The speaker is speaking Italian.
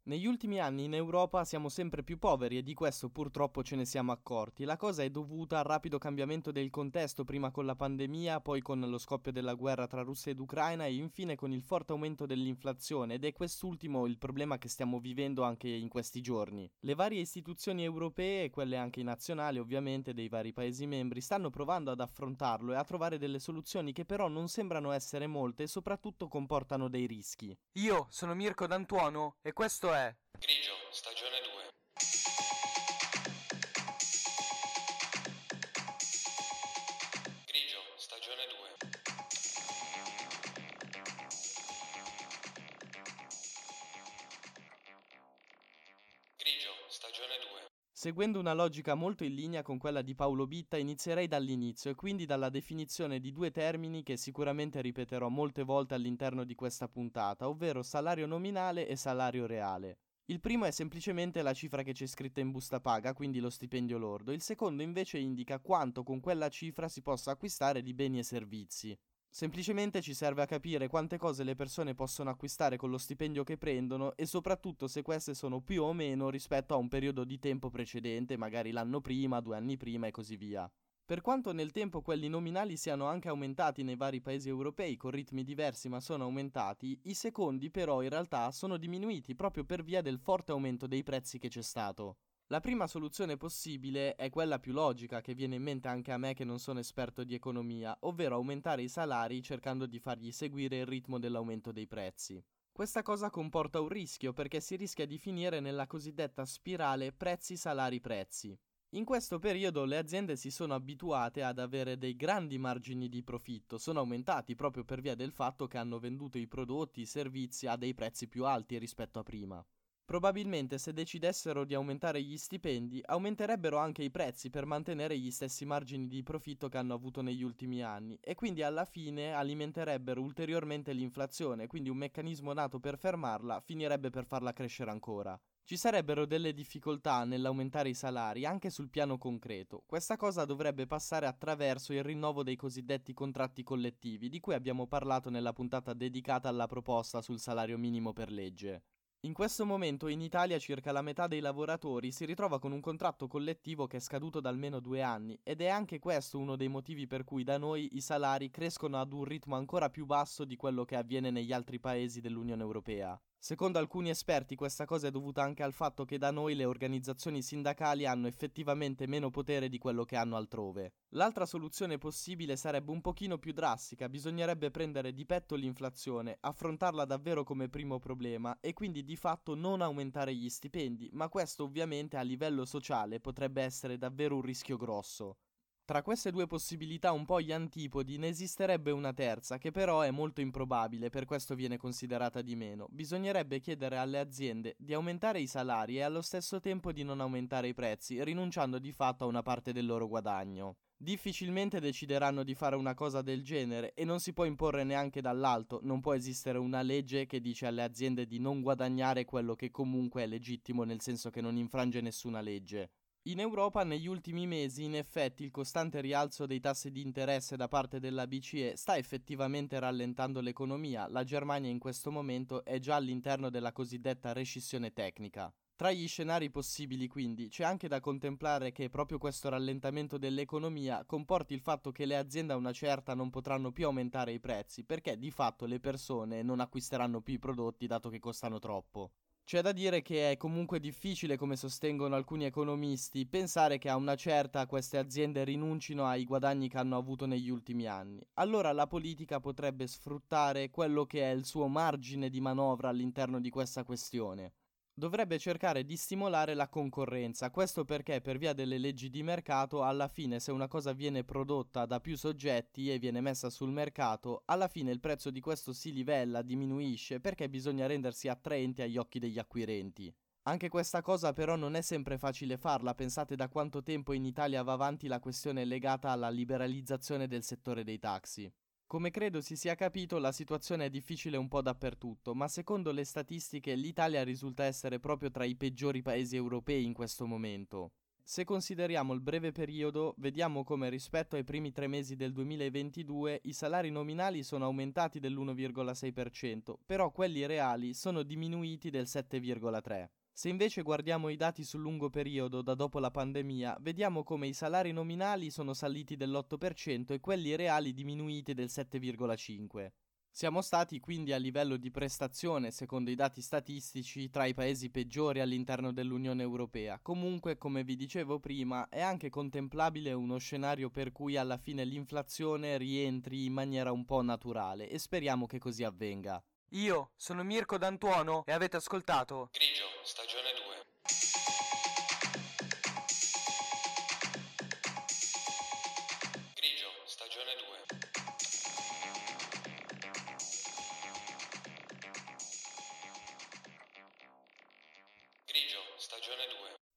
Negli ultimi anni in Europa siamo sempre più poveri e di questo purtroppo ce ne siamo accorti. La cosa è dovuta al rapido cambiamento del contesto, prima con la pandemia, poi con lo scoppio della guerra tra Russia ed Ucraina e infine con il forte aumento dell'inflazione, ed è quest'ultimo il problema che stiamo vivendo anche in questi giorni. Le varie istituzioni europee, e quelle anche nazionali ovviamente dei vari paesi membri, stanno provando ad affrontarlo e a trovare delle soluzioni che però non sembrano essere molte e soprattutto comportano dei rischi. Io sono Mirko D'Antuono e questo è Grigio, stagione 2. Grigio, stagione 2. Grigio, stagione 2. Seguendo una logica molto in linea con quella di Paolo Bitta, inizierei dall'inizio e quindi dalla definizione di due termini che sicuramente ripeterò molte volte all'interno di questa puntata, ovvero salario nominale e salario reale. Il primo è semplicemente la cifra che c'è scritta in busta paga, quindi lo stipendio lordo. Il secondo invece indica quanto con quella cifra si possa acquistare di beni e servizi. Semplicemente ci serve a capire quante cose le persone possono acquistare con lo stipendio che prendono e soprattutto se queste sono più o meno rispetto a un periodo di tempo precedente, magari l'anno prima, 2 anni prima e così via. Per quanto nel tempo quelli nominali siano anche aumentati nei vari paesi europei con ritmi diversi ma sono aumentati, i secondi però in realtà sono diminuiti proprio per via del forte aumento dei prezzi che c'è stato. La prima soluzione possibile è quella più logica che viene in mente anche a me che non sono esperto di economia, ovvero aumentare i salari cercando di fargli seguire il ritmo dell'aumento dei prezzi. Questa cosa comporta un rischio perché si rischia di finire nella cosiddetta spirale prezzi-salari-prezzi. In questo periodo le aziende si sono abituate ad avere dei grandi margini di profitto, sono aumentati proprio per via del fatto che hanno venduto i prodotti, i servizi a dei prezzi più alti rispetto a prima. Probabilmente se decidessero di aumentare gli stipendi, aumenterebbero anche i prezzi per mantenere gli stessi margini di profitto che hanno avuto negli ultimi anni e quindi alla fine alimenterebbero ulteriormente l'inflazione, quindi un meccanismo nato per fermarla finirebbe per farla crescere ancora. Ci sarebbero delle difficoltà nell'aumentare i salari anche sul piano concreto. Questa cosa dovrebbe passare attraverso il rinnovo dei cosiddetti contratti collettivi, di cui abbiamo parlato nella puntata dedicata alla proposta sul salario minimo per legge. In questo momento in Italia circa la metà dei lavoratori si ritrova con un contratto collettivo che è scaduto da almeno 2 anni ed è anche questo uno dei motivi per cui da noi i salari crescono ad un ritmo ancora più basso di quello che avviene negli altri paesi dell'Unione Europea. Secondo alcuni esperti questa cosa è dovuta anche al fatto che da noi le organizzazioni sindacali hanno effettivamente meno potere di quello che hanno altrove. L'altra soluzione possibile sarebbe un pochino più drastica, bisognerebbe prendere di petto l'inflazione, affrontarla davvero come primo problema e quindi di fatto non aumentare gli stipendi, ma questo ovviamente a livello sociale potrebbe essere davvero un rischio grosso. Tra queste due possibilità un po' gli antipodi ne esisterebbe una terza, che però è molto improbabile, per questo viene considerata di meno. Bisognerebbe chiedere alle aziende di aumentare i salari e allo stesso tempo di non aumentare i prezzi, rinunciando di fatto a una parte del loro guadagno. Difficilmente decideranno di fare una cosa del genere e non si può imporre neanche dall'alto, non può esistere una legge che dice alle aziende di non guadagnare quello che comunque è legittimo, nel senso che non infrange nessuna legge. In Europa negli ultimi mesi in effetti il costante rialzo dei tassi di interesse da parte della BCE sta effettivamente rallentando l'economia. La Germania in questo momento è già all'interno della cosiddetta recessione tecnica. Tra gli scenari possibili quindi c'è anche da contemplare che proprio questo rallentamento dell'economia comporti il fatto che le aziende a una certa non potranno più aumentare i prezzi perché di fatto le persone non acquisteranno più i prodotti dato che costano troppo. C'è da dire che è comunque difficile, come sostengono alcuni economisti, pensare che a una certa queste aziende rinuncino ai guadagni che hanno avuto negli ultimi anni. Allora la politica potrebbe sfruttare quello che è il suo margine di manovra all'interno di questa questione. Dovrebbe cercare di stimolare la concorrenza, questo perché per via delle leggi di mercato alla fine se una cosa viene prodotta da più soggetti e viene messa sul mercato, alla fine il prezzo di questo si livella, diminuisce perché bisogna rendersi attraenti agli occhi degli acquirenti. Anche questa cosa però non è sempre facile farla, pensate da quanto tempo in Italia va avanti la questione legata alla liberalizzazione del settore dei taxi. Come credo si sia capito, la situazione è difficile un po' dappertutto, ma secondo le statistiche l'Italia risulta essere proprio tra i peggiori paesi europei in questo momento. Se consideriamo il breve periodo, vediamo come rispetto ai primi 3 mesi del 2022 i salari nominali sono aumentati dell'1,6%, però quelli reali sono diminuiti del 7,3%. Se invece guardiamo i dati sul lungo periodo da dopo la pandemia, vediamo come i salari nominali sono saliti dell'8% e quelli reali diminuiti del 7,5%. Siamo stati quindi a livello di prestazione, secondo i dati statistici, tra i paesi peggiori all'interno dell'Unione Europea. Comunque, come vi dicevo prima, è anche contemplabile uno scenario per cui alla fine l'inflazione rientri in maniera un po' naturale e speriamo che così avvenga. Io sono Mirko D'Antuono e avete ascoltato Grigio, stagione